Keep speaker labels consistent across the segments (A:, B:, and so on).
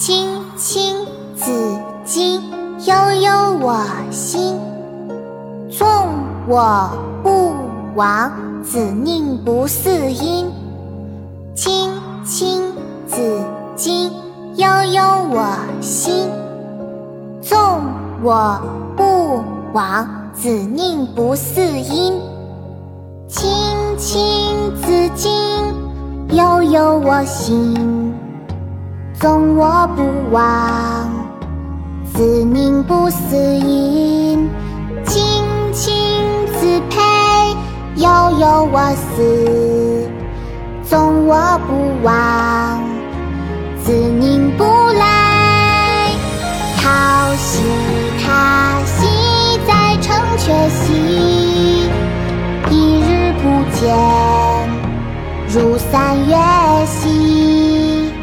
A: 青青子衿，悠悠我心。纵我不往，子宁不嗣音。青青子衿，悠悠我心。纵我不往，子宁不嗣音。青青子衿，悠悠我心。纵我不往，子宁不嗣音。青青子佩，悠悠我思。纵我不往，子宁不来。桃兮塔兮，在城阙兮。一日不见，如三月兮。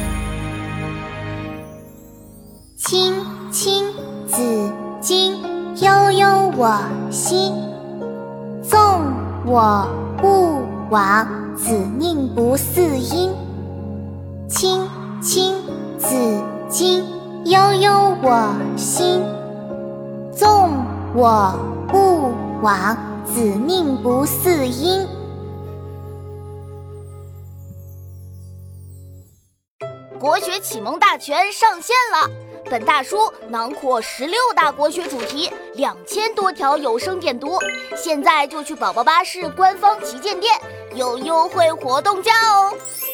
A: 青青子衿，悠悠我心。纵我不往，子宁不嗣音。青青子衿，悠悠我心。纵我不往，子宁不嗣音。
B: 国学启蒙大全上线了！本大书囊括16大国学主题，2000多条有声点读。现在就去宝宝巴士官方旗舰店，有优惠活动价哦！